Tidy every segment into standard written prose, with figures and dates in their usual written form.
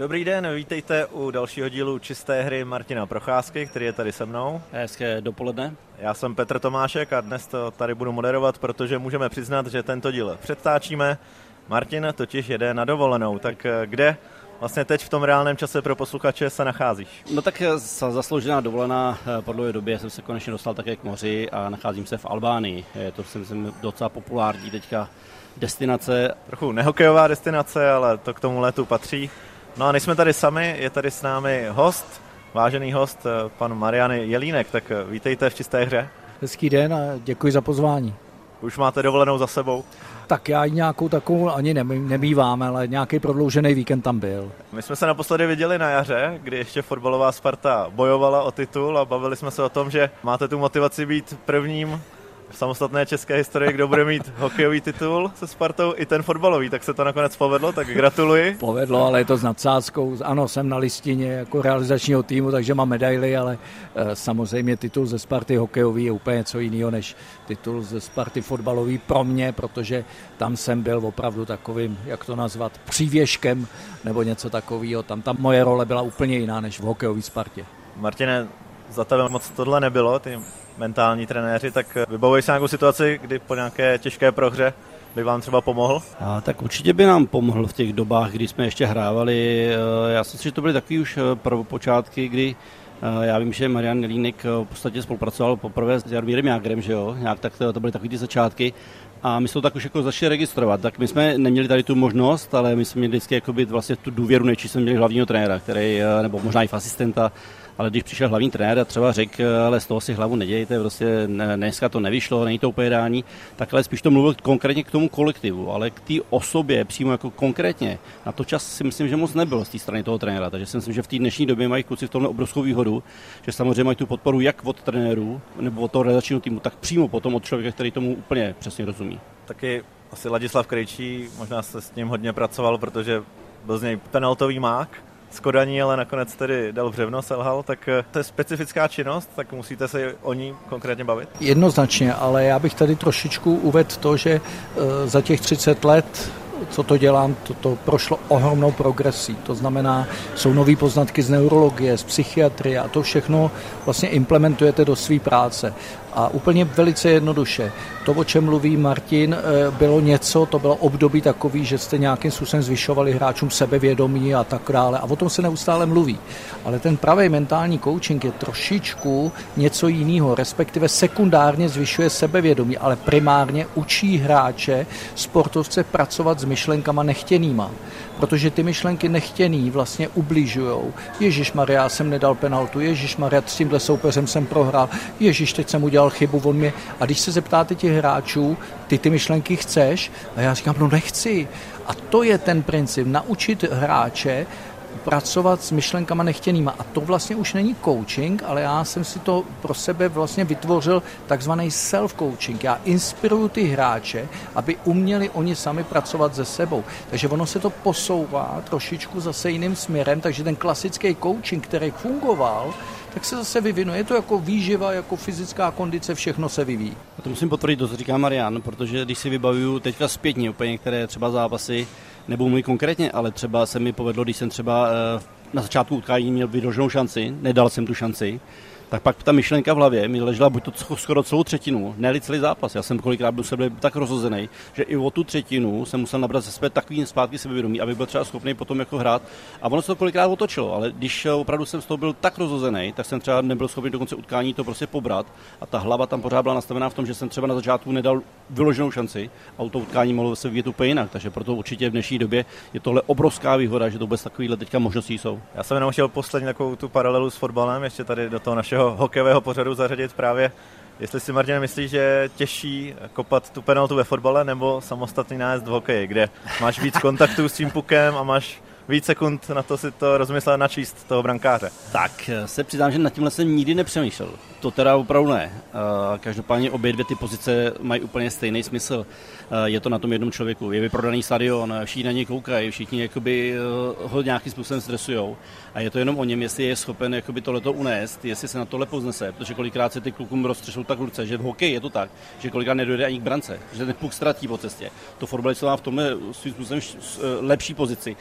Dobrý den, vítejte u dalšího dílu Čisté hry Martina Procházky, který je tady se mnou. Hezké dopoledne. Já jsem Petr Tomášek a dnes to tady budu moderovat, protože můžeme přiznat, že tento díl předtáčíme. Martin totiž jede na dovolenou, tak kde vlastně teď v tom reálném čase pro posluchače se nacházíš? No tak zasloužená dovolená po dlouhé době jsem se konečně dostal také k moři a nacházím se v Albánii. Je to jsem docela populární teďka destinace. Trochu nehokejová destinace, ale to k tomu letu patří. No a nejsme tady sami, je tady s námi host, vážený host, pan Marian Jelínek, tak vítejte v Čisté hře. Hezký den a děkuji za pozvání. Už máte dovolenou za sebou? Tak já nějakou takovou ani nebývám, ale nějaký prodloužený víkend tam byl. My jsme se naposledy viděli na jaře, kdy ještě fotbalová Sparta bojovala o titul a bavili jsme se o tom, že máte tu motivaci být prvním v samostatné české historii, kdo bude mít hokejový titul se Spartou i ten fotbalový, tak se to nakonec povedlo, tak gratuluji. Povedlo, ale je to s nadsázkou. Ano, jsem na listině jako realizačního týmu, takže mám medaily, ale samozřejmě titul ze Sparty hokejový je úplně něco jiného než titul ze Sparty fotbalový pro mě, protože tam jsem byl opravdu takovým, jak to nazvat, přívěškem nebo něco takového. Tam ta moje role byla úplně jiná než v hokejové Spartě. Martine, za tebe moc tohle nebylo, ty mentální trenéři, tak vybavují se nějakou situaci, kdy po nějaké těžké prohře by vám třeba pomohl? Tak určitě by nám pomohl v těch dobách, kdy jsme ještě hrávali. Já si myslím, že to byly takový už prvopočátky, kdy já vím, že Marian Jelínek v podstatě spolupracoval poprvé s Jaromírem Jágrem, že jo? Nějak tak to byly takový ty začátky. A my jsme to tak už jako začali registrovat. Tak my jsme neměli tady tu možnost, ale my jsme měli vždycky jakoby vlastně tu důvěru, než jsme měli hlavního trenéra, který, nebo možná i asistenta. Ale když přišel hlavní trenér a třeba řekl, ale z toho si hlavu nedějte, prostě dneska to nevyšlo, není to úplně ideální, tak ale spíš to mluvil konkrétně k tomu kolektivu, ale k té osobě přímo jako konkrétně. Na to čas si myslím, že moc nebylo z té strany toho trenéra, takže si myslím, že v té dnešní době mají kluci v tomhle obrovskou výhodu, že samozřejmě mají tu podporu jak od trenérů nebo od toho realizačního týmu, tak přímo potom od člověka, který tomu úplně přesně rozumí. Taky asi Ladislav Krejčí, možná se s ním hodně pracoval, protože byl z něj penaltový mák z Kodaní, ale nakonec tedy dal břevno, selhal, tak to je specifická činnost, tak musíte se o ní konkrétně bavit? Jednoznačně, ale já bych tady trošičku uvedl to, že za těch 30 let, co to dělám, to prošlo ohromnou progresí. To znamená, jsou nový poznatky z neurologie, z psychiatrie a to všechno vlastně implementujete do své práce. A úplně velice jednoduše. To, o čem mluví Martin, bylo něco, to bylo období takový, že jste nějakým způsobem zvyšovali hráčům sebevědomí a tak dále. A o tom se neustále mluví. Ale ten pravý mentální coaching je trošičku něco jiného, respektive sekundárně zvyšuje sebevědomí, ale primárně učí hráče, sportovce pracovat s myšlenkama nechtěnýma. Protože ty myšlenky nechtěný vlastně ubližujou. Ježišmarja, já jsem nedal penaltu, ježišmarja, s tímhle soupeřem jsem prohrál, ježiš, teď jsem udělal chybu, on mě. A když se zeptáte těch hráčů, ty myšlenky chceš? A já říkám, no nechci. A to je ten princip, naučit hráče pracovat s myšlenkama nechtěnýma. A to vlastně už není coaching, ale já jsem si to pro sebe vlastně vytvořil takzvaný self-coaching. Já inspiruju ty hráče, aby uměli oni sami pracovat se sebou. Takže ono se to posouvá trošičku zase jiným směrem, takže ten klasický coaching, který fungoval, tak se zase vyvinuje. Je to jako výživa, jako fyzická kondice, všechno se vyvíjí. A to musím potvrdit, to, co říká Marian, protože když si vybavuju teďka zpětně úplně některé třeba zápasy, nebo můj konkrétně, ale třeba se mi povedlo, když jsem třeba na začátku utkání měl vyloženou šanci, nedal jsem tu šanci, tak pak ta myšlenka v hlavě mi ležela buď to skoro celou třetinu, ne celý zápas. Já jsem kolikrát byl sebe tak rozhozený, že i o tu třetinu jsem musel nabrat ze sebe takový zpátky sebevědomí, aby byl třeba schopný potom jako hrát. A ono se to kolikrát otočilo, ale když opravdu jsem z toho byl tak rozhozený, tak jsem třeba nebyl schopný do konce utkání to prostě pobrat. A ta hlava tam pořád byla nastavená v tom, že jsem třeba na začátku nedal vyloženou šanci a to utkání mohlo se vyvíjet úplně jinak. Takže proto určitě v dnešní době je tohle obrovská výhoda, že to vůbec takovýhle teďka možnosti jsou. Já jsem jenom chtěl poslední takovou tu paralelu s fotbalem, ještě tady do toho našeho hokejového pořadu zařadit právě, jestli si Martin myslí, že je těžší kopat tu penaltu ve fotbale nebo samostatný nájezd v hokeji, kde máš víc kontaktů s tím pukem a máš víc sekund na to si to rozmyslet načíst toho brankáře. Tak se přiznám, že nad tímhle jsem nikdy nepřemýšlel. To teda opravdu ne. Každopádně obě dvě ty pozice mají úplně stejný smysl. Je to na tom jednom člověku. Je vyprodaný stadion, všichni na něj koukají, všichni jakoby ho nějakým způsobem stresujou. A je to jenom o něm, jestli je schopen jakoby tohleto unést, jestli se na tohle poznese, protože kolikrát se ty klukům roztřešou tak ruce, že v hokeji je to tak, že kolikrát nedojde ani k brance, že ten puk ztratí po cestě. To fotbalista má v tomhle svým způsobem lepší pozici. Ale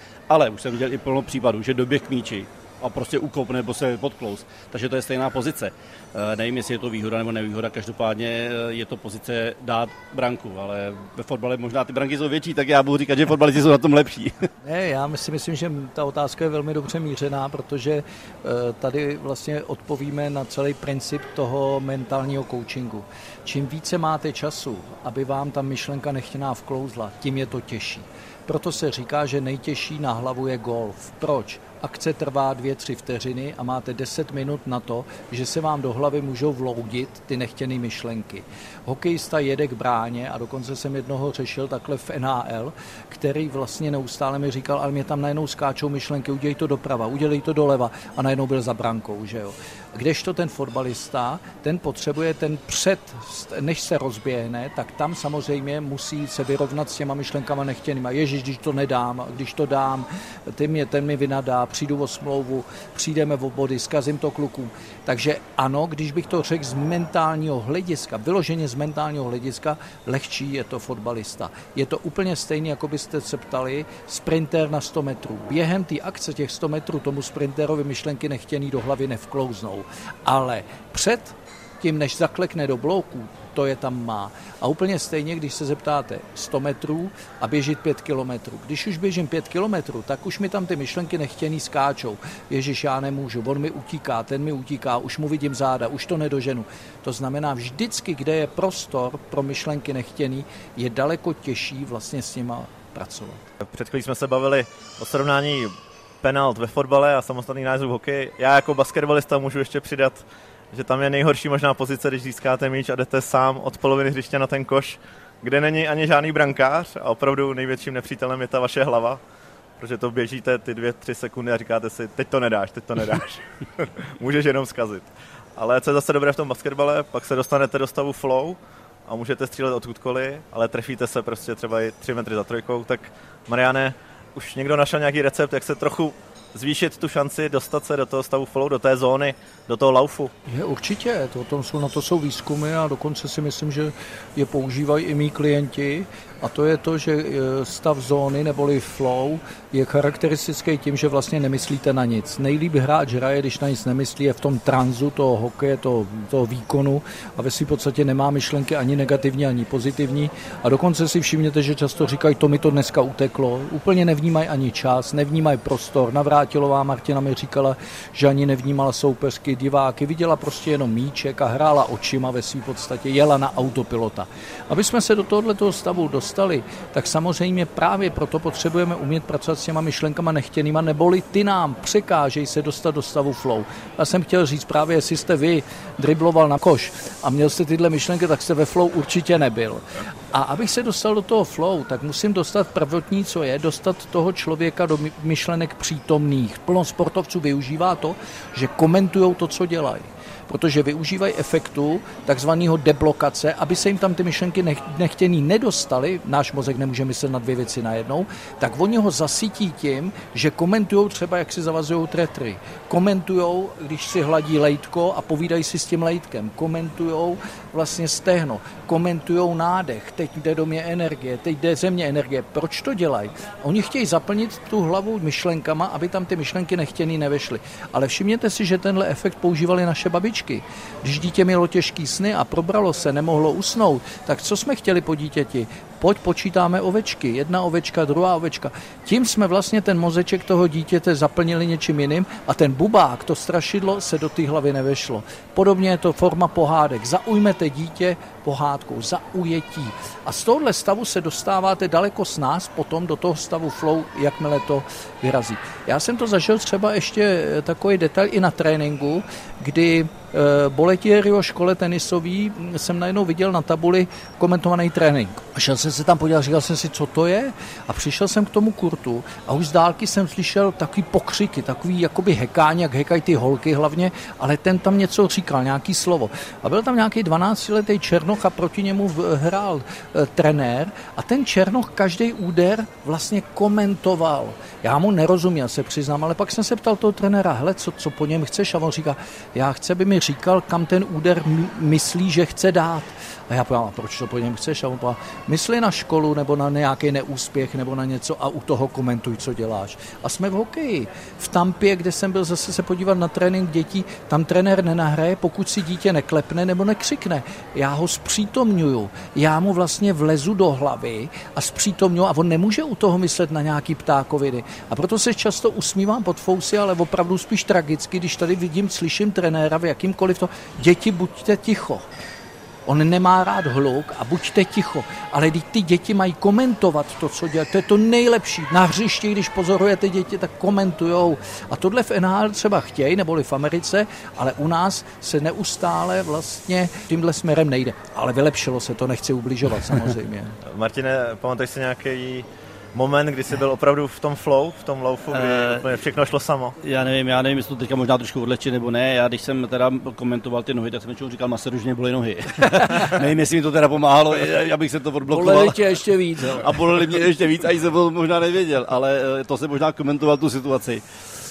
tak už jsem viděl i plno případů, že doběh k míči a prostě ukop nebo se podklous. Takže to je stejná pozice. Nevím, jestli je to výhoda nebo nevýhoda, každopádně je to pozice dát branku, ale ve fotbale možná ty branky jsou větší, tak já budu říkat, že fotbalisti jsou na tom lepší. Ne, já si myslím, že ta otázka je velmi dobře mířená, protože tady vlastně odpovíme na celý princip toho mentálního coachingu. Čím více máte času, aby vám ta myšlenka nechtěná vklouzla, tím je to těžší. Proto se říká, že nejtěžší na hlavu je golf. Proč? Akce trvá 2-3 vteřiny a máte 10 minut na to, že se vám do hlavy můžou vloudit ty nechtěné myšlenky. Hokejista jede k bráně a dokonce jsem jednoho řešil takhle v NHL, který vlastně neustále mi říkal, ale mě tam najednou skáčou myšlenky, udělej to doprava, udělej to doleva a najednou byl za brankou, že jo. Kdežto ten fotbalista, ten potřebuje ten před, než se rozběhne, tak tam samozřejmě musí se vyrovnat s těma myšlenkama nechtěnýma. Ježiš, když to nedám, když to dám, ten mi vynadá, přijdu o smlouvu, přijdeme o body, zkazím to klukům. Takže ano, když bych to řekl z mentálního hlediska, vyloženě z mentálního hlediska, lehčí je to fotbalista. Je to úplně stejné, jako byste se ptali, sprinter na 100 metrů. Během té akce těch 100 metrů tomu sprinterovi myšlenky nechtěný do hlavy nevklouznou. Ale před tím, než zaklekne do bloku, to je tam má. A úplně stejně, když se zeptáte 100 metrů a běžit 5 kilometrů. Když už běžím 5 kilometrů, tak už mi tam ty myšlenky nechtěný skáčou. Ježiš, já nemůžu, on mi utíká, ten mi utíká, už mu vidím záda, už to nedoženu. To znamená, vždycky, kde je prostor pro myšlenky nechtěný, je daleko těžší vlastně s nima pracovat. Před chvílí jsme se bavili o srovnání penalt ve fotbale a samostatný nájezd v hokeji. Já jako basketbalista můžu ještě přidat, že tam je nejhorší možná pozice, když získáte míč a jdete sám od poloviny hřiště na ten koš, kde není ani žádný brankář a opravdu největším nepřítelem je ta vaše hlava, protože to běžíte ty 2-3 sekundy a říkáte si, teď to nedáš. Můžeš jenom zkazit. Ale co je zase dobré v tom basketbale, pak se dostanete do stavu flow a můžete střílet odkudkoliv, ale trefíte se prostě třeba i 3 metry za trojkou, tak Mariane, už někdo našel nějaký recept, jak se trochu zvýšit tu šanci dostat se do toho stavu flow, do té zóny, do toho laufu? Je určitě, na to jsou výzkumy a dokonce si myslím, že je používají i mý klienti a to je to, že stav zóny neboli flow je charakteristický tím, že vlastně nemyslíte na nic. Nejlíp hráč hraje, když na nic nemyslí, je v tom tranzu toho hokeje, toho výkonu a ve své podstatě nemá myšlenky ani negativní, ani pozitivní a dokonce si všimněte, že často říkají, to mi to dneska uteklo, úplně nevnímají ani čas, nevnímají prostor. Navrátilová Martina mi říkala, že ani nevnímala soupeřky, diváky, viděla prostě jenom míček a hrála očima ve své podstatě, jela na autopilota. Aby jsme se do tohoto stavu dostali, tak samozřejmě právě proto potřebujeme umět pracovat s těma myšlenkama nechtěnýma, neboli ty nám překážejí se dostat do stavu flow. Já jsem chtěl říct právě, jestli jste vy dribloval na koš a měl jste tyhle myšlenky, tak jste ve flow určitě nebyl. A abych se dostal do toho flow, tak musím dostat prvotní, co je, dostat toho člověka do myšlenek přítomných. Plno sportovců využívá to, že komentujou to, co dělají. Protože využívají efektu takzvaného deblokace, aby se jim tam ty myšlenky nechtěný nedostaly, náš mozek nemůže myslet na 2 věci najednou, tak oni ho zasytí tím, že komentujou třeba, jak si zavazují tretry. Komentujou, když si hladí lejtko a povídají si s tím lejtkem. Komentujou vlastně stehno. Komentujou nádech. Teď jde do mě energie, teď jde ze mě energie. Proč to dělají? Oni chtějí zaplnit tu hlavu myšlenkama, aby tam ty myšlenky nechtěný nevešly. Ale všimněte si, že tenhle efekt používali naše babičky. Když dítě mělo těžký sny a probralo se, nemohlo usnout, tak co jsme chtěli po dítěti? Pojď počítáme ovečky, 1 ovečka, 2 ovečka. Tím jsme vlastně ten mozeček toho dítěte zaplnili něčím jiným a ten bubák, to strašidlo se do té hlavy nevešlo. Podobně je to forma pohádek. Zaujmete dítě pohádkou, zaujetí. A z tohohle stavu se dostáváte daleko s nás potom do toho stavu flow, jakmile to vyrazí. Já jsem to zažil třeba ještě takový detail i na tréninku, kdy Boletieriho škole tenisový jsem najednou viděl na tabuli komentovaný trénink. A šel jsem se tam podívat, říkal jsem si, co to je? A přišel jsem k tomu kurtu a už z dálky jsem slyšel takový pokřiky, takový jakoby hekání, jak hekají ty holky hlavně, ale ten tam něco říkal, nějaký slovo. A byl tam nějaký 12letý Černoch a proti němu hrál trenér a ten Černoch každý úder vlastně komentoval. Já mu nerozuměl, se přiznám, ale pak jsem se ptal toho trenéra, hele, co po něm chceš? A on říká, já chci, aby mi říkal, kam ten úder myslí, že chce dát. A já povedal, proč to po něm chceš? A on povedal, mysli ne na školu nebo na nějaký neúspěch nebo na něco a u toho komentuj, co děláš. A jsme v hokeji. V Tampě, kde jsem byl zase se podívat na trénink dětí, tam trenér nenahraje, pokud si dítě neklepne nebo nekřikne. Já ho zpřítomňuju. Já mu vlastně vlezu do hlavy a zpřítomňuju a on nemůže u toho myslet na nějaký ptákoviny. A proto se často usmívám pod fousy, ale opravdu spíš tragicky, když tady vidím, slyším trenéra v jakýmkoliv to. Děti, buďte ticho. On nemá rád hluk a buďte ticho. Ale když ty děti mají komentovat to, co dělají, to je to nejlepší. Na hřišti, když pozorujete děti, tak komentujou. A tohle v NHL třeba chtějí, neboli v Americe, ale u nás se neustále vlastně tímhle směrem nejde. Ale vylepšilo se to, nechci ubližovat samozřejmě. Martine, pamatuješ si nějaký moment, kdy jsi byl opravdu v tom flow, v tom loufu, kdy všechno šlo samo? Já nevím, jestli to teďka možná trošku odlehčit nebo ne. Já když jsem teda komentoval ty nohy, tak jsem většinou říkal, Maseru, že mě bolí nohy. Nevím, jestli mi to teda pomáhalo, abych se to odblokoval. Boleli tě ještě víc. Jo. A boleli mě ještě víc, a jsem to možná nevěděl, ale to jsem možná komentoval tu situaci.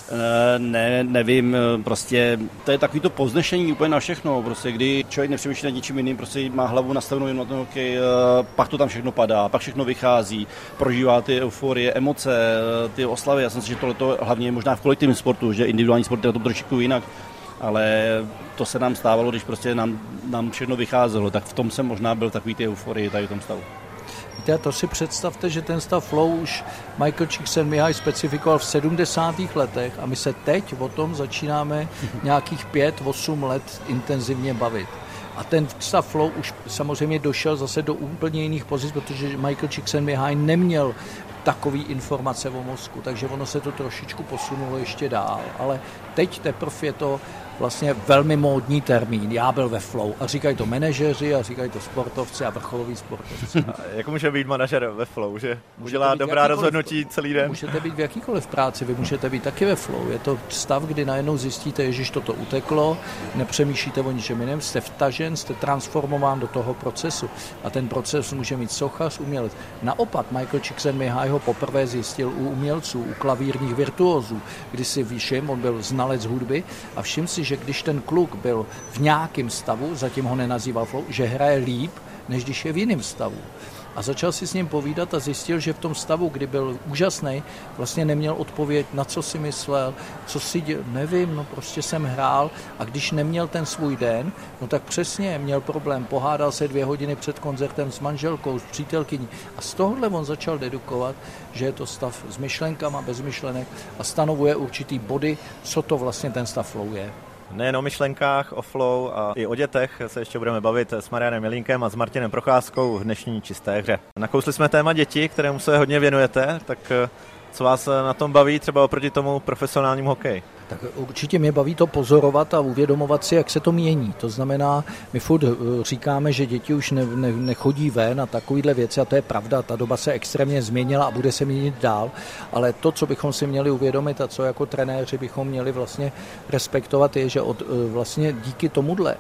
Nevím, prostě to je takový to poznešení úplně na všechno, prostě kdy člověk nepřemýšlí nad ničím jiným, prostě má hlavu nastavenou jen na ten hokej, pak to tam všechno padá, pak všechno vychází, prožívá ty euforie, emoce, ty oslavy. Já jsem si, že tohleto hlavně je možná v kolektivním sportu, že individuální sport je na tom trošku jinak, ale to se nám stávalo, když prostě nám všechno vycházelo, tak v tom jsem možná byl takový ty euforie tady v tom stavu. Víte, to si představte, že ten stav flow už Michael Csikszentmihalyi specifikoval v 70. letech a my se teď o tom začínáme nějakých 5-8 let intenzivně bavit. A ten stav flow už samozřejmě došel zase do úplně jiných pozic, protože Michael Csikszentmihalyi neměl takový informace o mozku, takže ono se to trošičku posunulo ještě dál. Ale teď teprve je to vlastně velmi módní termín. Já byl ve flow. A říkají to manažeři, a říkají to sportovci a vrcholoví sportovci. A jak může být manažer ve flow, že udělá dobrá rozhodnutí celý den? Můžete být v jakýkoliv práci, vy můžete být taky ve flow. Je to stav, kdy najednou zjistíte, ježiš, toto uteklo, nepřemýšlíte o ničem jiném, jste vtažen, jste transformován do toho procesu. A ten proces může mít sochař, umělec. Naopak, Michael Csikszentmihalyi ho poprvé zjistil u umělců, u klavírních virtuózů, kdy si všim, on byl znalec hudby a všim si, že když ten kluk byl v nějakém stavu, zatím ho nenazýval flow, že hraje líp, než když je v jiném stavu. A začal si s ním povídat a zjistil, že v tom stavu, kdy byl úžasný, vlastně neměl odpověď, na co si myslel, co si dělal, nevím, no prostě jsem hrál a když neměl ten svůj den, no tak přesně měl problém, pohádal se 2 hodiny před koncertem s manželkou, s přítelkyní a z tohohle on začal dedukovat, že je to stav s myšlenkama, bez myšlenek a stanovuje určitý body, co to vlastně ten stav flow je. Nejen o myšlenkách, o flow a i o dětech se ještě budeme bavit s Marianem Jelínkem a s Martinem Procházkou v dnešní Čisté hře. Nakousli jsme téma děti, kterému se hodně věnujete, tak co vás na tom baví třeba oproti tomu profesionálnímu hokeji? Tak určitě mě baví to pozorovat a uvědomovat si, jak se to mění. To znamená, my furt říkáme, že děti už nechodí ven a takovýhle věci a to je pravda, ta doba se extrémně změnila a bude se měnit dál, ale to, co bychom si měli uvědomit a co jako trenéři bychom měli vlastně respektovat, je, že vlastně díky tomuhle,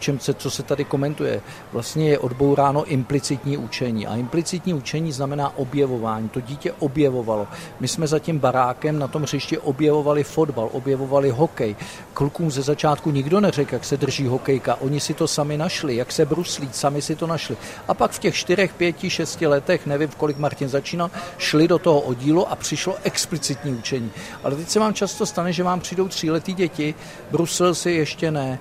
co se tady komentuje, vlastně je odbouráno implicitní učení a implicitní učení znamená objevování. To dítě objevovalo. My jsme za tím barákem na tom hřišti objevovali fotbal, objevovali hokej. Klukům ze začátku nikdo neřekl, jak se drží hokejka. Oni si to sami našli, jak se bruslí, sami si to našli. A pak v těch 4, 5, 6 letech, nevím, v kolik Martin začínal, šli do toho oddílu a přišlo explicitní učení. Ale teď se vám často stane, že vám přijdou 3letý děti, bruslil si ještě ne,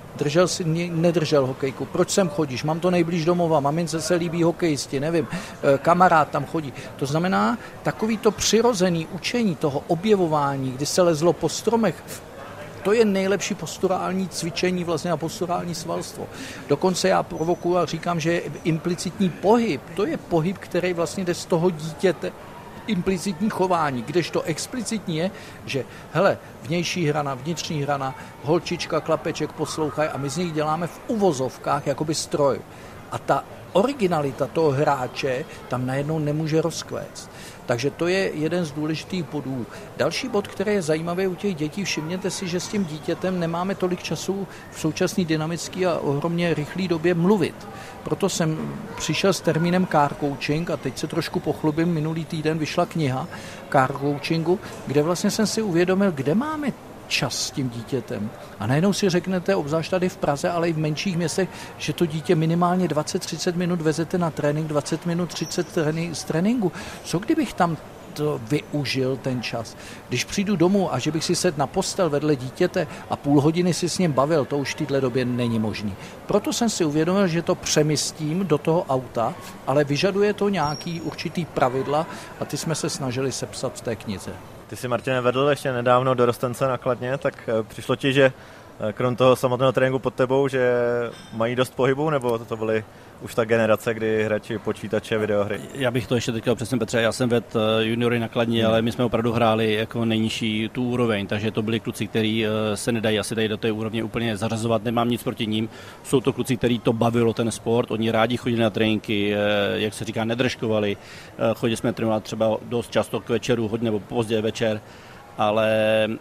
nedržel hokejku. Proč sem chodíš? Mám to nejblíž domova, mamince se líbí hokejisti, nevím, kamarád tam chodí. To znamená, takový to přirozený učení toho objevování, kdy se lezlo po stromech, to je nejlepší posturální cvičení vlastně na posturální svalstvo. Dokonce já provokuju a říkám, že implicitní pohyb, to je pohyb, který vlastně jde z toho dítěte, implicitní chování, kdežto explicitní je, že hele, vnější hrana, vnitřní hrana, holčička, klapeček, poslouchaj a my z nich děláme v uvozovkách jakoby stroj. A ta originalita toho hráče tam najednou nemůže rozkvéct. Takže to je jeden z důležitých bodů. Další bod, který je zajímavý u těch dětí, všimněte si, že s tím dítětem nemáme tolik času v současné dynamické a ohromně rychlé době mluvit. Proto jsem přišel s termínem car coaching a teď se trošku pochlubím, minulý týden vyšla kniha car coachingu, kde vlastně jsem si uvědomil, kde máme čas s tím dítětem. A najednou si řeknete, obzvlášť tady v Praze, ale i v menších městech, že to dítě minimálně 20-30 minut vezete na trénink, 20 minut 30 z tréninku. Co kdybych tam to využil ten čas. Když přijdu domů a že bych si sedl na postel vedle dítěte a půl hodiny si s ním bavil, to už v této době není možný. Proto jsem si uvědomil, že to přemístím do toho auta, ale vyžaduje to nějaký určitý pravidla a ty jsme se snažili sepsat v té knize. Ty jsi, Martine, vedl ještě nedávno dorostence na Kladně, tak přišlo ti, že krom toho samotného tréninku pod tebou, že mají dost pohybu, nebo to byly už ta generace, kdy hráči počítače, videohry? Já bych to ještě teďka přesně, Petře, já jsem vedl juniory na Kladně, ale my jsme opravdu hráli jako nejnižší tu úroveň, takže to byli kluci, kteří se nedají asi tady do té úrovně úplně zařazovat, nemám nic proti ním. Jsou to kluci, kteří to bavilo ten sport, oni rádi chodili na tréninky, jak se říká, nedržkovali, chodili jsme trénovat třeba dost často k večeru, hodně nebo pozdě večer, ale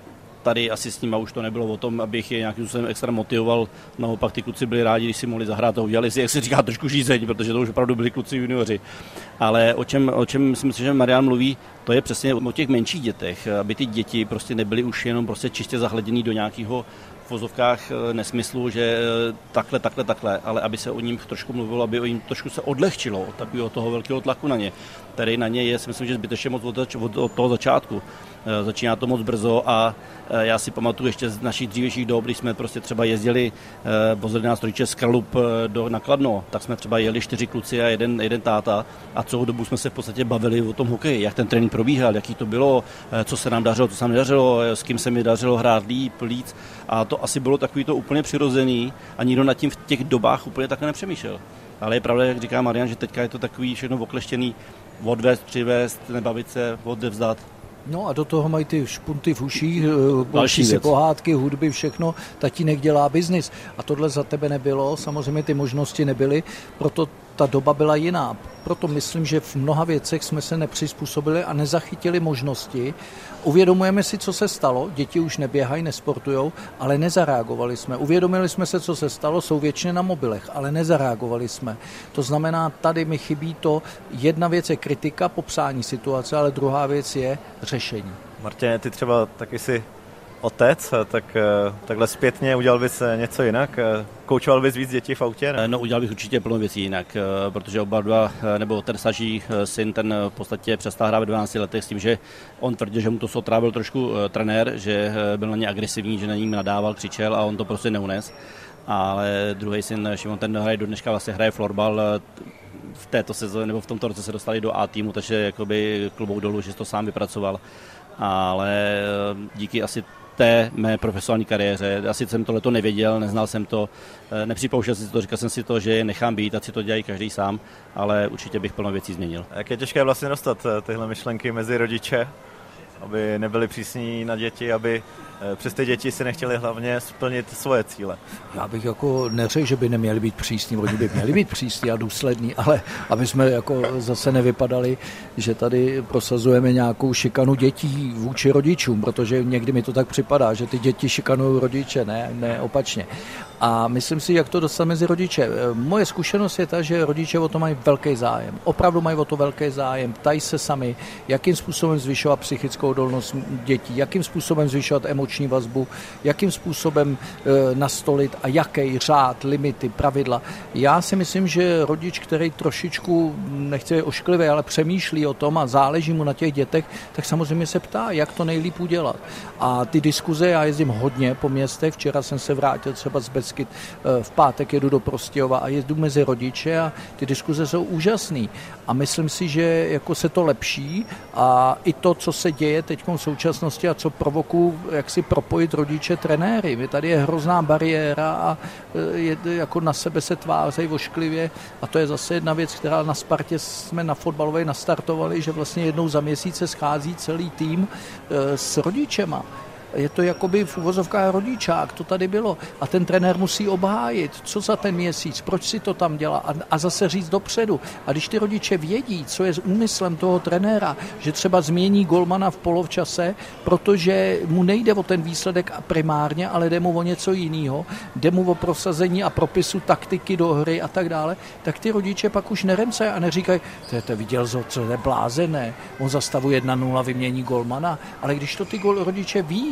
tady asi s nima už to nebylo o tom, abych je nějakým způsobem extra motivoval. Naopak ty kluci byli rádi, když si mohli zahrát a udělali si, jak se říká, trošku žízeň, protože to už opravdu byli kluci junioři. Ale o čem si myslím, že Marian mluví, to je přesně o těch menších dětech, aby ty děti prostě nebyly už jenom prostě čistě zahleděný do nějakého v vozovkách nesmyslu, že takhle, ale aby se o ním trošku mluvilo, aby o jim trošku se odlehčilo od takového toho velkého tlaku na ně. Tady na ně je, si myslím, že zbytečně moc od toho začátku. Začíná to moc brzo a já si pamatuju ještě z našich dřívějších dob, když jsme prostě třeba jezdili vozili nás rodiče z Krlup na Kladno, tak jsme třeba jeli 4 kluci a jeden táta a celou dobu jsme se v podstatě bavili o tom hokeji, jak ten trénink probíhal, jaký to bylo, co se nám dařilo, co se nám nedařilo, s kým se mi dařilo hrát líp, líc a to asi bylo takový to úplně přirozený a nikdo nad tím v těch dobách úplně takhle nepřemýšlel. Ale je pravda, jak říká Marian, že teďka je to takový všechno okleštěný, odvést, přivést, nebavit se, odevzdat. No a do toho mají ty špunty v uších, další si pohádky, hudby, všechno, tatínek dělá biznis. A tohle za tebe nebylo, samozřejmě ty možnosti nebyly, proto ta doba byla jiná. Proto myslím, že v mnoha věcech jsme se nepřizpůsobili a nezachytili možnosti. Uvědomujeme si, co se stalo, děti už neběhají, nesportujou, ale nezareagovali jsme. Uvědomili jsme se, co se stalo, jsou většině na mobilech, ale nezareagovali jsme. To znamená, tady mi chybí to, jedna věc je kritika, popsání situace, ale druhá věc je řešení. Martine, ty třeba taky si otec, tak takhle zpětně udělal bys něco jinak? Koučoval bys víc dětí v autě? Ne? No, udělal bych určitě plno věcí jinak, protože oba dva, nebo ten starší syn, ten v podstatě přestal hrát ve 12 letech s tím, že on tvrdil, že mu to sotrávil trošku trenér, že byl na ně agresivní, že na ním nadával, křičel a on to prostě neunes. Ale druhý syn, Šimon, ten hraje do dneška, vlastně hraje florbal. V této sezóně nebo v tomto roce se dostali do A týmu, takže jakoby klobouk dolů, že to sám vypracoval. Ale díky asi té mé profesionální kariéře. Asi jsem tohleto nevěděl, neznal jsem to, nepřipouštěl si to, říkal jsem si to, že je nechám být, ať si to dělají každý sám, ale určitě bych plno věcí změnil. Jak je těžké vlastně dostat tyhle myšlenky mezi rodiče, aby nebyli přísní na děti, aby přes ty děti si nechtěli hlavně splnit svoje cíle? Já bych jako neřekl, že by neměli být přísní, oni by měli být přísní a důslední, ale aby jsme jako zase nevypadali, že tady prosazujeme nějakou šikanu dětí vůči rodičům, protože někdy mi to tak připadá, že ty děti šikanují rodiče, ne opačně. A myslím si, jak to dostat mezi rodiče. Moje zkušenost je ta, že rodiče o to mají velký zájem. Opravdu mají o to velký zájem. Ptají se sami, jakým způsobem zvyšovat psychickou odolnost dětí, jakým způsobem zvyšovat emoční vazbu, jakým způsobem nastolit a jaký řád, limity, pravidla. Já si myslím, že rodič, který trošičku, nechci je ošklivý, ale přemýšlí o tom a záleží mu na těch dětech, tak samozřejmě se ptá, jak to nejlíp udělat. A ty diskuze, já jezdím hodně po městech, včera jsem se vrátil třeba z Beskyt, v pátek jedu do Prostějova a jedu mezi rodiče a ty diskuze jsou úžasný. A myslím si, že jako se to lepší a i to, co se děje teď v současnosti a co provokují, jak si propojit rodiče, trenéry. Tady je hrozná bariéra a jako na sebe se tvářejí ošklivě a to je zase jedna věc, která na Spartě jsme na fotbalové nastartovali, že vlastně jednou za měsíc se schází celý tým s rodičema. Je to jakoby v uvozovkách rodičák, to tady bylo. A ten trenér musí obhájit, co za ten měsíc, proč si to tam dělá a zase říct dopředu. A když ty rodiče vědí, co je s úmyslem toho trenéra, že třeba změní golmana v polovčase, protože mu nejde o ten výsledek primárně, ale jde mu o něco jiného, jde mu o prosazení a propisu taktiky do hry a tak dále, tak ty rodiče pak už neremcají a neříkají, to viděl, co je blázené, on za stavu 1-0 vymění golmana, ale když to ty rodiče ví,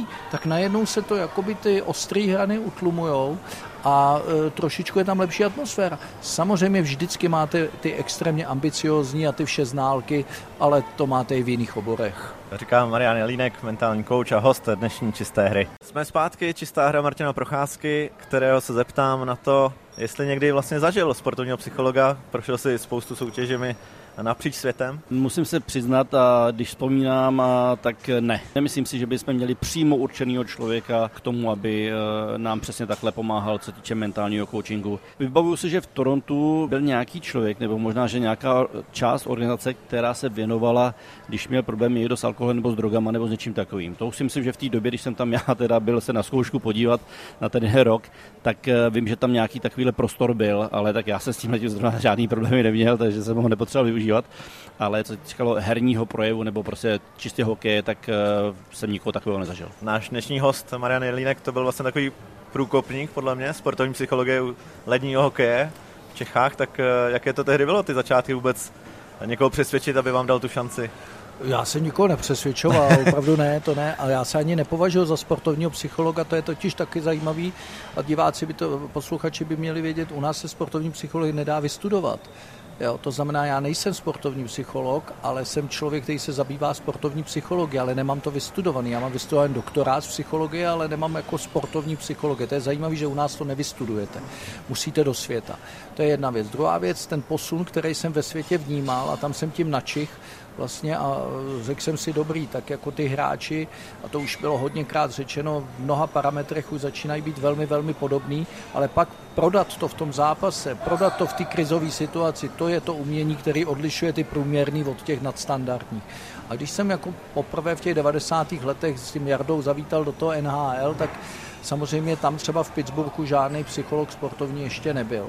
daří, tak najednou se to jakoby ty ostrý hrany utlumujou a trošičku je tam lepší atmosféra. Samozřejmě vždycky máte ty extrémně ambiciózní a ty všeználky, ale to máte i v jiných oborech. Říká Marian Jelínek, mentální kouč a host dnešní Čisté hry. Jsme zpátky, Čistá hra Martina Procházky, kterého se zeptám na to, jestli někdy vlastně zažil sportovního psychologa, prošel si spoustu soutěžemi napříč světem. Musím se přiznat, a když vzpomínám, tak ne. Nemyslím si, že bychom měli přímo určeného člověka k tomu, aby nám přesně takhle pomáhal, co týče mentálního coachingu. Vybavuju si, že v Torontu byl nějaký člověk, nebo možná, že nějaká část organizace, která se věnovala, když měl problém někdo s alkoholem nebo s drogama nebo s něčím takovým. To už si myslím, že v té době, když jsem tam já teda byl se na zkoušku podívat na ten rok, tak vím, že tam nějaký takovýhle prostor byl, ale tak já se s tím zrovna žádný problémy neměl, takže jsem ho nepotřeboval využívat. Ale co se týkalo herního projevu nebo prostě čistě hokeje, tak jsem nikoho takového nezažil. Náš dnešní host Marian Jelínek to byl vlastně takový průkopník, podle mě, sportovní psychologie ledního hokeje v Čechách, tak jaké to tehdy bylo, ty začátky vůbec někoho přesvědčit, aby vám dal tu šanci? Já jsem nikoho nepřesvědčoval, opravdu ne, to ne, a já se ani nepovažuji za sportovního psychologa, to je totiž taky zajímavý a posluchači by měli vědět, u nás se sportovní psycholog nedá vystudovat. Jo, to znamená, já nejsem sportovní psycholog, ale jsem člověk, který se zabývá sportovní psychologií, ale nemám to vystudovaný. Já mám vystudovaný doktorát z psychologie, ale nemám jako sportovní psychologie. To je zajímavé, že u nás to nevystudujete. Musíte do světa. To je jedna věc. Druhá věc, ten posun, který jsem ve světě vnímal a tam jsem tím načich vlastně a řekl jsem si dobrý, tak jako ty hráči, a to už bylo hodněkrát řečeno, v mnoha parametrech už začínají být velmi, velmi podobný, ale pak prodat to v tom zápase, prodat to v té krizové situaci, to je to umění, který odlišuje ty průměrný od těch nadstandardních. A když jsem jako poprvé v těch 90. letech s tím Jardou zavítal do toho NHL, tak samozřejmě tam třeba v Pittsburghu žádný psycholog sportovní ještě nebyl.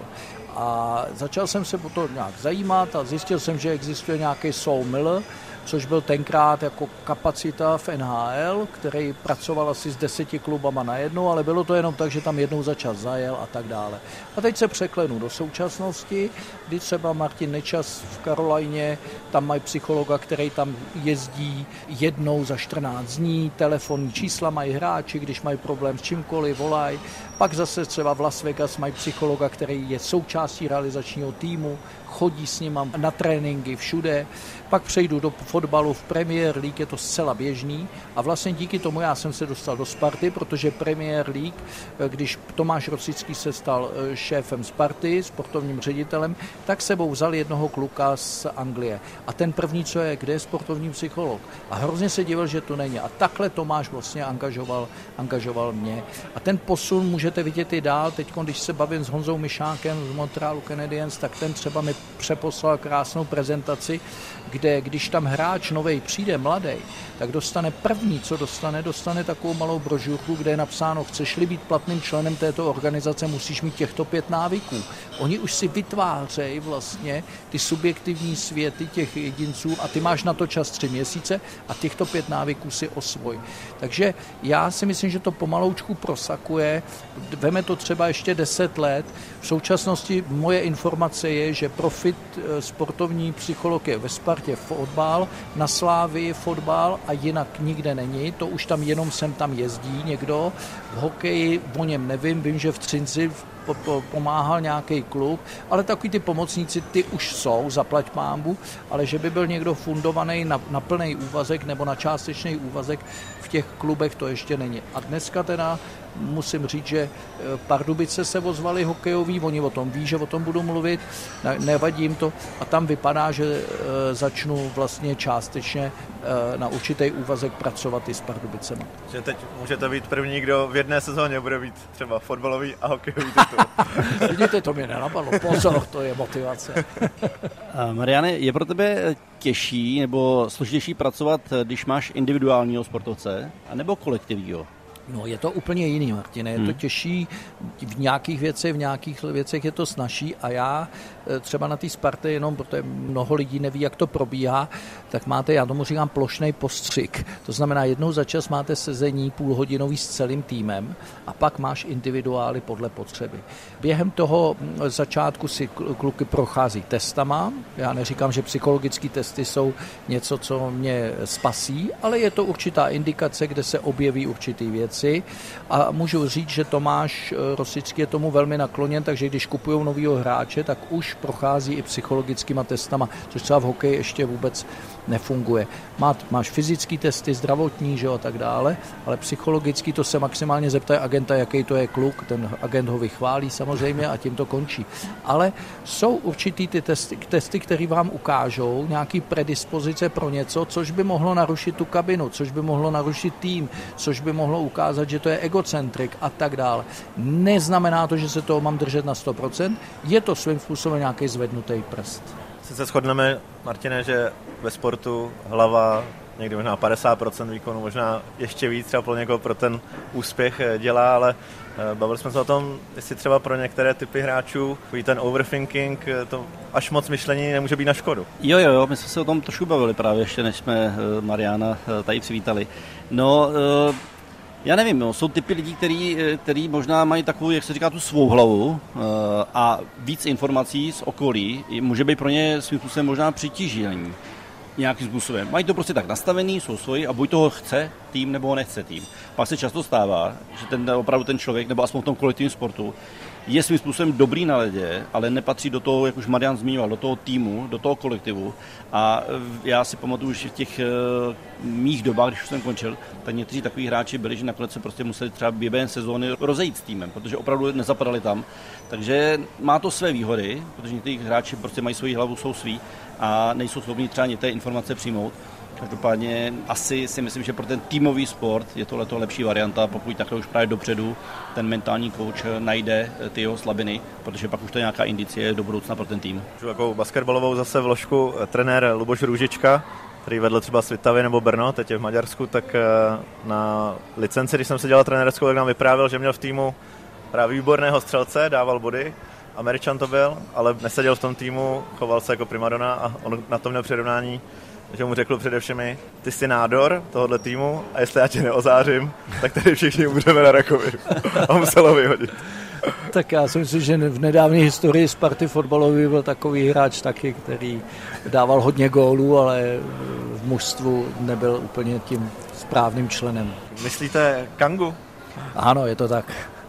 A začal jsem se po to nějak zajímat a zjistil jsem, že existuje nějaký Saul Miller, což byl tenkrát jako kapacita v NHL, který pracoval asi s 10 klubama najednou, ale bylo to jenom tak, že tam jednou za čas zajel a tak dále. A teď se překlenu do současnosti, kdy třeba Martin Nečas v Karolajně, tam mají psychologa, který tam jezdí jednou za 14 dní, telefonní čísla mají hráči, když mají problém s čímkoliv, volají. Pak zase třeba v Las Vegas mají psychologa, který je součástí realizačního týmu, chodí s nima na tréninky všude. Pak přejdu do fotbalu v Premier League, je to zcela běžný a vlastně díky tomu já jsem se dostal do Sparty, protože Premier League, když Tomáš Rosický se stal šéfem Sparty, sportovním ředitelem, tak sebou vzal jednoho kluka z Anglie. A ten první, co je, kde je sportovní psycholog. A hrozně se divil, že to není. A takhle Tomáš vlastně angažoval mě. A ten posun můžete vidět i dál. Teď, když se bavím s Honzou Myšákem z Montrealu Canadiens, tak ten třeba mi přeposlal krásnou prezentaci, kde když tam hráč novej přijde, mladý, tak dostane první, co dostane takovou malou brožurku, kde je napsáno, chceš-li být platným členem této organizace, musíš mít těchto 5 návyků. Oni už si vytvářejí vlastně ty subjektivní světy těch jedinců a ty máš na to čas 3 měsíce a těchto 5 návyků si osvoj. Takže já si myslím, že to pomaloučku prosakuje, veme to třeba ještě 10 let. V současnosti moje informace je, že profit sportovní psycholog je ve Spartě fotbal, na Slávii fotbal a jinak nikde není. To už tam jenom sem tam jezdí někdo. V hokeji o něm nevím, vím, že v Třinci pomáhal nějaký klub, ale takový ty pomocníci, ty už jsou, zaplať pánbu, ale že by byl někdo fundovaný na plný úvazek nebo na částečný úvazek v těch klubech, to ještě není. A dneska teda musím říct, že Pardubice se ozvali hokejový, oni o tom ví, že o tom budu mluvit, nevadí jim to a tam vypadá, že začnu vlastně částečně na určitý úvazek pracovat i s Pardubicemi. Že teď můžete být první, kdo v jedné sezóně bude být třeba fotbalový a hokejový titul. Vidíte, to mě nenapadlo. Pozor, to je motivace. Mariane, je pro tebe těžší nebo složitější pracovat, když máš individuálního sportovce, anebo kolektivního? No, je to úplně jiný, Martine, je to těžší v nějakých věcech je to snazší a já třeba na té Spartě, jenom protože mnoho lidí neví, jak to probíhá, tak máte, já tomu říkám, plošnej postřik. To znamená, jednou za čas máte sezení půlhodinový s celým týmem a pak máš individuály podle potřeby. Během toho začátku si kluky prochází testama. Já neříkám, že psychologické testy jsou něco, co mě spasí, ale je to určitá indikace, kde se objeví určitý věci a můžu říct, že Tomáš Rosický je tomu velmi nakloněn, takže když kupují novýho hráče, tak už prochází i psychologickýma testama, což třeba v hokeji ještě vůbec nefunguje. Máš fyzické testy, zdravotní, že jo, a tak dále, ale psychologicky to se maximálně zeptají agenta, jaký to je kluk, ten agent ho vychválí samozřejmě a tím to končí. Ale jsou určitý ty testy, které vám ukážou nějaký predispozice pro něco, což by mohlo narušit tu kabinu, což by mohlo narušit tým, což by mohlo ukázat, že to je egocentrik a tak dále. Neznamená to, že se toho mám držet na 100%, je to svým způsobem nějaký zvednutý prst. Se shodneme, Martine, že ve sportu hlava někdy možná 50% výkonu, možná ještě víc, třeba pro někoho pro ten úspěch dělá, ale bavili jsme se o tom, jestli třeba pro některé typy hráčů ten overthinking, to až moc myšlení nemůže být na škodu. Jo, my jsme se o tom trošku bavili právě ještě, než jsme Mariana tady přivítali. No, já nevím, jsou typy lidí, který možná mají takovou, jak se říká, tu svou hlavu a víc informací z okolí může být pro ně svým způsobem možná přitížení nějakým způsobem. Mají to prostě tak nastavený, jsou svoji a buď toho chce tým, nebo ho nechce tým. Pak se často stává, že opravdu ten člověk, nebo aspoň v tom kolektivním sportu, je svým způsobem dobrý na ledě, ale nepatří do toho, jak už Marian zmiňoval, do toho týmu, do toho kolektivu. A já si pamatuju, že v těch mých dobách, když už jsem končil, tak někteří takový hráči byli, že nakonec se prostě museli třeba během sezóny rozejít s týmem, protože opravdu nezapadali tam. Takže má to své výhody, protože někteří hráči prostě mají svoji hlavu, jsou svý a nejsou schopni třeba některé informace přijmout. Každopádně asi si myslím, že pro ten týmový sport je tohleto lepší varianta, pokud takhle už právě dopředu ten mentální coach najde ty jeho slabiny, protože pak už to je nějaká indicie do budoucna pro ten tým. Takovou basketbalovou zase vložku trenér Luboš Růžička, který vedl třeba Svitavy nebo Brno, teď je v Maďarsku, tak na licenci, když jsem se dělal trenérskou, tak nám vyprávěl, že měl v týmu právě výborného střelce, dával body, Američan to byl, ale neseděl v tom týmu, choval se jako primadona a on na tom měl přirovnání, že mu řekl především, ty jsi nádor tohohle týmu a jestli já tě neozářím, tak tady všichni umřeme na rakovinu. A muselo vyhodit. Tak já si myslím, že v nedávné historii Sparty fotbalový byl takový hráč taky, který dával hodně gólů, ale v mužstvu nebyl úplně tím správným členem. Myslíte Kangu? Ano, je to tak.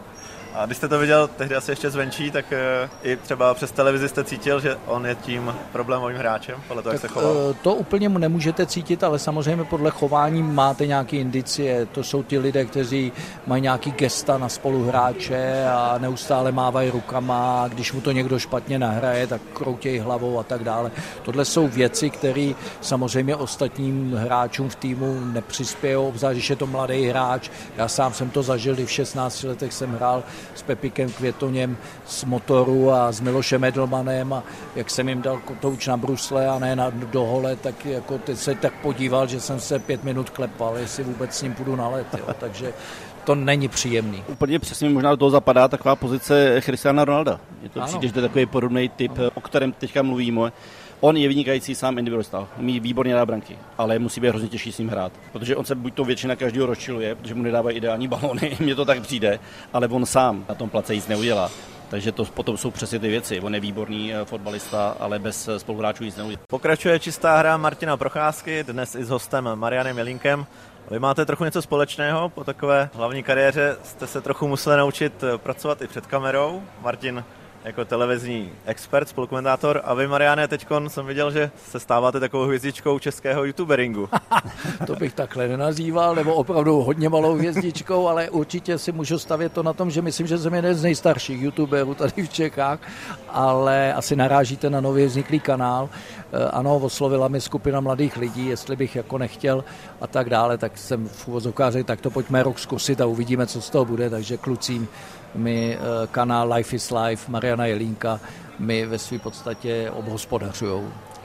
A když jste to viděl tehdy asi ještě zvenčí, tak i třeba přes televizi jste cítil, že on je tím problémovým hráčem, podle toho, jak se choval? To úplně nemůžete cítit, ale samozřejmě podle chování máte nějaké indicie. To jsou ti lidé, kteří mají nějaký gesta na spoluhráče a neustále mávají rukama, a když mu to někdo špatně nahraje, tak kroutějí hlavou a tak dále. Tohle jsou věci, které samozřejmě ostatním hráčům v týmu nepřispějou, obzvlášť, když je to mladý hráč. Já sám jsem to zažil, když v 16 letech jsem hrál s Pepikem Květoněm z Motoru a s Milošem Edelmanem a jak jsem jim dal kotouč na brusle a ne do hole, tak jako teď se tak podíval, že jsem se 5 minut klepal, jestli vůbec s ním půjdu na let, jo. Takže to není příjemný. Úplně přesně možná do toho zapadá taková pozice Cristiana Ronalda. Je to přijde, že to je takový podobný typ, o kterém teďka mluvíme. On je vynikající sám individualista, umí výborně dát branky, ale musí být hrozně těžší s ním hrát, protože on se buď to většina každého rozčiluje, protože mu nedávají ideální balony, mně to tak přijde, ale on sám na tom place nic neudělá. Takže to potom jsou přesně ty věci. On je výborný fotbalista, ale bez spoluhráčů nic neudělá. Pokračuje čistá hra Martina Procházky, dnes i s hostem Marianem Jelínkem. Vy máte trochu něco společného, po takové hlavní kariéře jste se trochu museli naučit pracovat i před kamerou. Martin jako televizní expert, spolukomentátor, a vy, Mariane, teďkon jsem viděl, že se stáváte takovou hvězdičkou českého youtuberingu. To bych takhle nenazýval, nebo opravdu hodně malou hvězdičkou, ale určitě si můžu stavět to na tom, že myslím, že jsem jeden z nejstarších youtuberů tady v Čechách, ale asi narážíte na nově vzniklý kanál. Ano, oslovila mi skupina mladých lidí, jestli bych jako nechtěl a tak dále, tak jsem v uvozovkách řekl, tak to pojďme rok zkusit a uvidíme, co z toho bude, takže kluci mi kanál Life is Life Mariana Jelínka mi ve své podstatě obhospodařujou.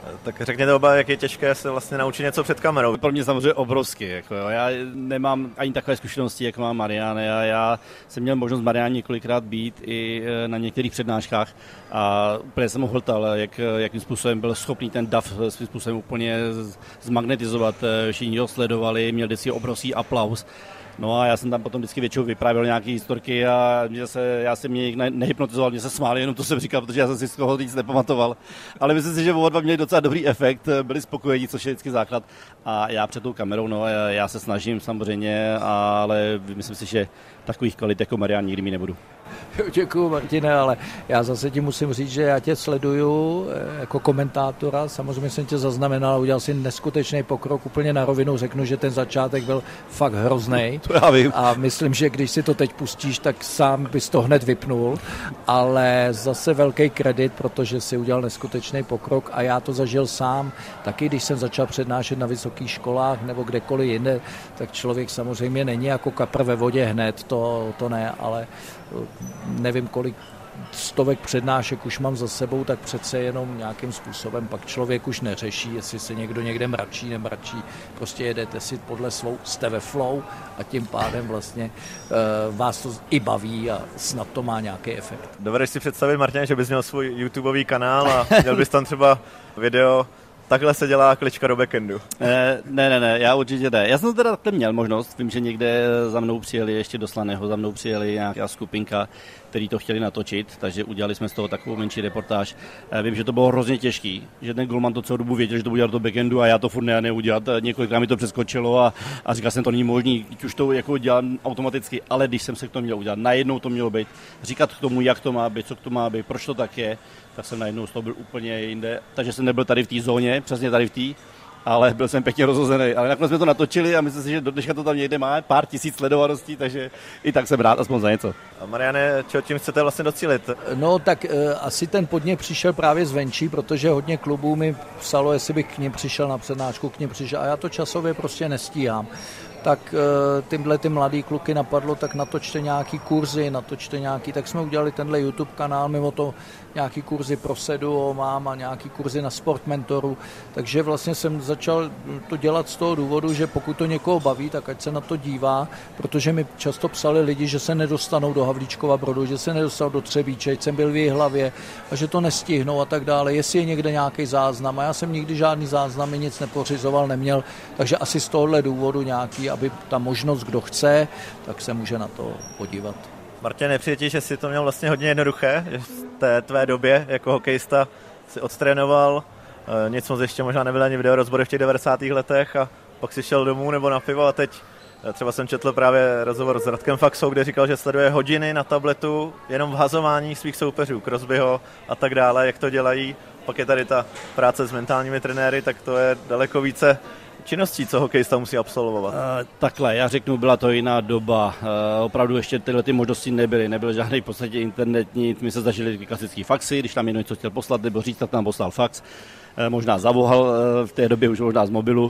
Tak řekněte oba, jak je těžké se vlastně naučit něco před kamerou. Pro mě samozřejmě obrovský. Jako jo. Já nemám ani takové zkušenosti, jako má Marian. Já jsem měl možnost Marian několikrát být i na některých přednáškách a úplně jsem ho hltal, jakým způsobem byl schopný ten dav svým způsobem úplně zmagnetizovat. Všichni ho sledovali, měl vždycky obrovský aplaus. No a já jsem tam potom vždycky většinou vyprávěl nějaké historky a já jsem mě nehypnotizoval, mě se smáli, jenom to jsem říkal, protože já jsem si z toho nic nepamatoval. Ale myslím si, že oba dva měli docela dobrý efekt, byli spokojení, což je vždycky základ. A já před tou kamerou, no já se snažím samozřejmě, ale myslím si, že takových kvalit jako Marian nikdy mi nebudu. Děkuju, Martine, ale já zase ti musím říct, že já tě sleduju jako komentátora, samozřejmě jsem tě zaznamenal a udělal si neskutečný pokrok, úplně na rovinu řeknu, že ten začátek byl fakt hroznej. To já vím. A myslím, že když si to teď pustíš, tak sám bys to hned vypnul, ale zase velký kredit, protože si udělal neskutečný pokrok a já to zažil sám, taky když jsem začal přednášet na vysokých školách nebo kdekoliv jinde, tak člověk samozřejmě není jako kapr ve vodě hned, to ne, ale nevím, kolik stovek přednášek už mám za sebou, tak přece jenom nějakým způsobem pak člověk už neřeší, jestli se někdo někde mračí, nemračí, prostě jedete si podle svou, jste ve flow a tím pádem vlastně vás to i baví a snad to má nějaký efekt. Dovedeš si představit, Martin, že bys měl svůj YouTubeový kanál a měl bys tam třeba video takhle se dělá klička do backendu. Ne, já určitě ne. Já jsem to teda takhle měl možnost, vím, že někde za mnou přijeli, ještě do Slaného, za mnou přijeli nějaká skupinka, který to chtěli natočit, takže udělali jsme z toho takovou menší reportáž. Vím, že to bylo hrozně těžký, že ten golman to celou dobu věděl, že to bude dělat do backendu a já to furt neudělat. Několikrát mi to přeskočilo a říkal jsem, to není možný, už to jako dělám automaticky, ale když jsem se k tomu měl udělat, najednou to mělo být, říkat k tomu, jak to má být, co to má být, proč to tak je, tak jsem najednou z toho byl úplně jinde, takže jsem nebyl tady v té zóně, přesně tady v té, ale byl jsem pěkně rozhozený. Ale nakonec jsme to natočili a myslím si, že do dneška to tam někde má pár tisíc sledovaností, takže i tak jsem rád aspoň za něco. A Mariane, čeho tím chcete vlastně docílit? No tak asi ten podnět přišel právě zvenčí, protože hodně klubů mi psalo, jestli bych k nim přišel na přednášku, k nim přišel a já to časově prostě nestíhám. Tak tyhle ty mladý kluky napadlo, tak natočte nějaký kurzy, tak jsme udělali tenhle YouTube kanál, mimo to nějaký kurzy pro Sedu mám a nějaký kurzy na Sport Mentoru, takže vlastně jsem začal to dělat z toho důvodu, že pokud to někoho baví, tak ať se na to dívá, protože mi často psali lidi, že se nedostanou do Havlíčkova Brodu, že se nedostanou do Třebíče, jsem byl v Jihlavě a že to nestihnou a tak dále, jestli je někde nějaký záznam a já jsem nikdy žádný záznamy, nic nepořizoval, neměl, takže asi z tohohle důvodu nějaký, aby ta možnost, kdo chce, tak se může na to podívat. Martin, nepřijde ti, že jsi to měl vlastně hodně jednoduché, že v té tvé době jako hokejista si odtrénoval, nic moc ještě možná nebyly ani videorozbory v těch 90. letech a pak si šel domů nebo na pivo a teď třeba jsem četl právě rozhovor s Radkem Faxou, kde říkal, že sleduje hodiny na tabletu jenom v hazování svých soupeřů, Crosbyho a tak dále, jak to dělají. Pak je tady ta práce s mentálními trenéry, tak to je daleko více činností, co hokejista musí absolvovat. Takhle, já řeknu, byla to jiná doba. Opravdu ještě tyhle ty možnosti nebyly. Nebyl žádný v podstatě internetní. My se zažili klasický faxy, když tam něco chtěl poslat nebo říct, tak tam poslal fax. Možná zavohal v té době už možná z mobilu.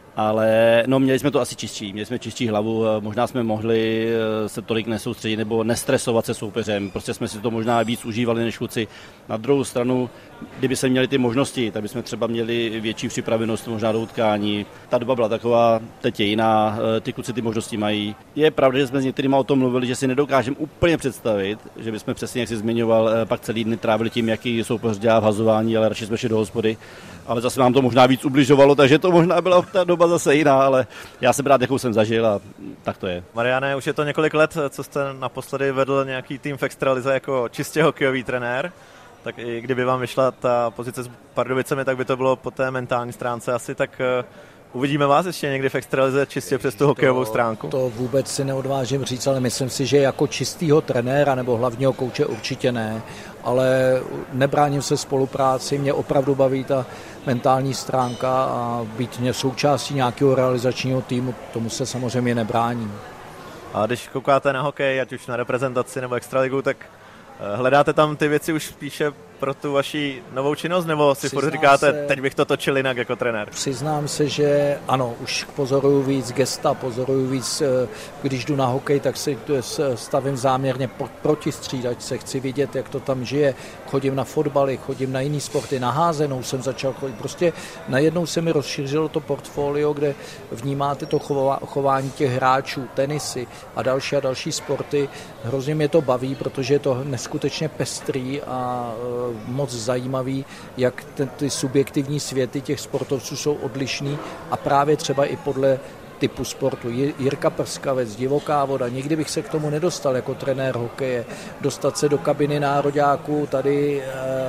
Ale no, měli jsme to asi čistší, měli jsme čistší hlavu, možná jsme mohli se tolik nesoustředit nebo nestresovat se soupeřem, prostě jsme si to možná víc užívali než kluci. Na druhou stranu, kdyby se měli ty možnosti, tak bychom třeba měli větší připravenost možná do utkání. Ta doba byla taková, teď je jiná, ty kluci ty možnosti mají. Je pravda, že jsme s některými o tom mluvili, že si nedokážeme úplně představit, že bychom přesně, jak jsi zmiňoval, pak celý dny trávili tím, jaký soupeř dělá v hazování, ale radši jsme šli do hospody. Ale zase nám to možná víc ubližovalo, takže to možná byla ta doba zase jiná, ale já jsem rád, jakou jsem zažil a tak to je. Mariane, už je to několik let, co jste naposledy vedl nějaký tým v extralize jako čistě hokejový trenér, tak i kdyby vám vyšla ta pozice s Pardubicemi, tak by to bylo po té mentální stránce asi, tak uvidíme vás ještě někdy v extralize čistě přes tu hokejovou stránku? To vůbec si neodvážím říct, ale myslím si, že jako čistýho trenéra nebo hlavního kouče určitě ne, ale nebráním se spolupráci, mě opravdu baví ta mentální stránka a být součástí nějakého realizačního týmu, tomu se samozřejmě nebráním. A když koukáte na hokej, ať už na reprezentaci nebo extraligu, tak Hledáte tam ty věci už spíše pro tu vaši novou činnost, nebo si furt říkáte, teď bych to točil jinak jako trenér? Přiznám se, že ano, už pozoruju víc gesta, pozoruju víc, když jdu na hokej, tak si stavím záměrně proti střídačce, chci vidět, jak to tam žije, chodím na fotbaly, chodím na jiný sporty, na házenou jsem začal chodit, prostě najednou se mi rozšířilo to portfolio, kde vnímáte to chování těch hráčů, tenisy a další sporty, hrozně mě to baví, protože je to neskutečně pestrý a moc zajímavý, jak ty subjektivní světy těch sportovců jsou odlišný a právě třeba i podle typu sportu. Jirka Prskavec, Divoká voda, nikdy bych se k tomu nedostal jako trenér hokeje. Dostat se do kabiny nároďáků, tady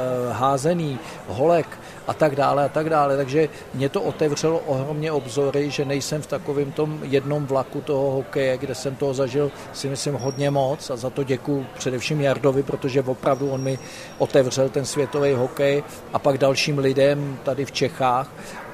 házený, holek a tak dále. Takže mě to otevřelo ohromně obzory, že nejsem v takovém tom jednom vlaku toho hokeje, kde jsem toho zažil, si myslím, hodně moc a za to děkuju především Jardovi, protože opravdu on mi otevřel ten světový hokej a pak dalším lidem tady v Čechách.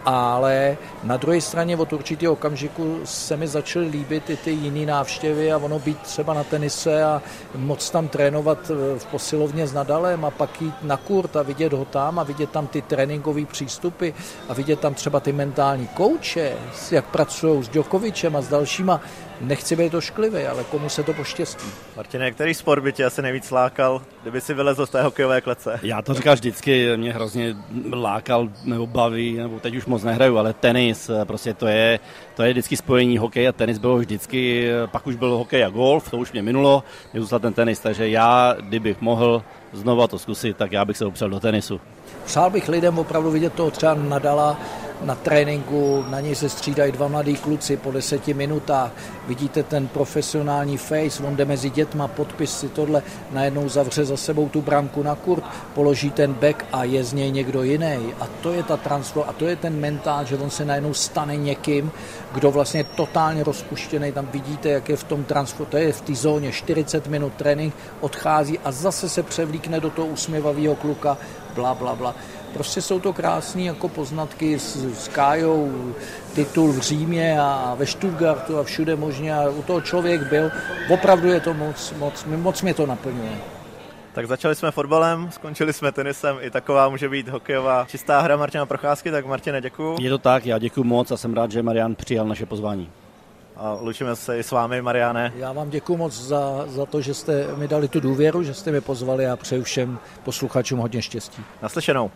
Ale na druhé straně od určitého okamžiku se mi začaly líbit i ty jiné návštěvy a ono být třeba na tenise a moc tam trénovat v posilovně s Nadalem a pak jít na kurt a vidět ho tam a vidět tam ty tréninkové přístupy a vidět tam třeba ty mentální kouče, jak pracují s Djokovičem a s dalšíma. Nechci být ošklivý, ale komu se to poštěstí. Martine, který sport by tě asi nejvíc lákal, kdyby si vylezl z té hokejové klece? Já to říkám vždycky, mě hrozně lákal nebo baví, nebo teď už moc nehraju, ale tenis, prostě to je vždycky spojení hokej a tenis bylo vždycky, pak už byl hokej a golf, to už mě minulo, mě zůstal ten tenis, takže já, kdybych mohl znova to zkusit, tak já bych se opřel do tenisu. Přál bych lidem opravdu vidět toho třeba Nadala na tréninku, na něj se střídají dva mladí kluci po 10 minutách, vidíte ten profesionální face, on jde mezi dětma, podpisy, tohle, najednou zavře za sebou tu branku na kurt, položí ten back a je z něj někdo jiný. A to je ta transfer, a to je ten mentál, že on se najednou stane někým, kdo vlastně je totálně rozpuštěný, tam vidíte, jak je v tom transfer, to je v té zóně 40 minut trénink, odchází a zase se převlíkne do toho usměvavého kluka, bla, bla, bla. Prostě jsou to krásné jako poznatky s Kájou, titul v Římě a ve Stuttgartu a všude možně a u toho člověk byl. Opravdu je to moc mě to naplňuje. Tak začali jsme fotbalem, skončili jsme tenisem, i taková může být hokejová čistá hra Martina Procházky, tak Martine, děkuju. Je to tak, já děkuju moc a jsem rád, že Marian přijal naše pozvání. A loučíme se i s vámi, Mariane. Já vám děkuju moc za to, že jste mi dali tu důvěru, že jste mě pozvali a přeju všem posluchačům hodně štěstí. Naslyšenou.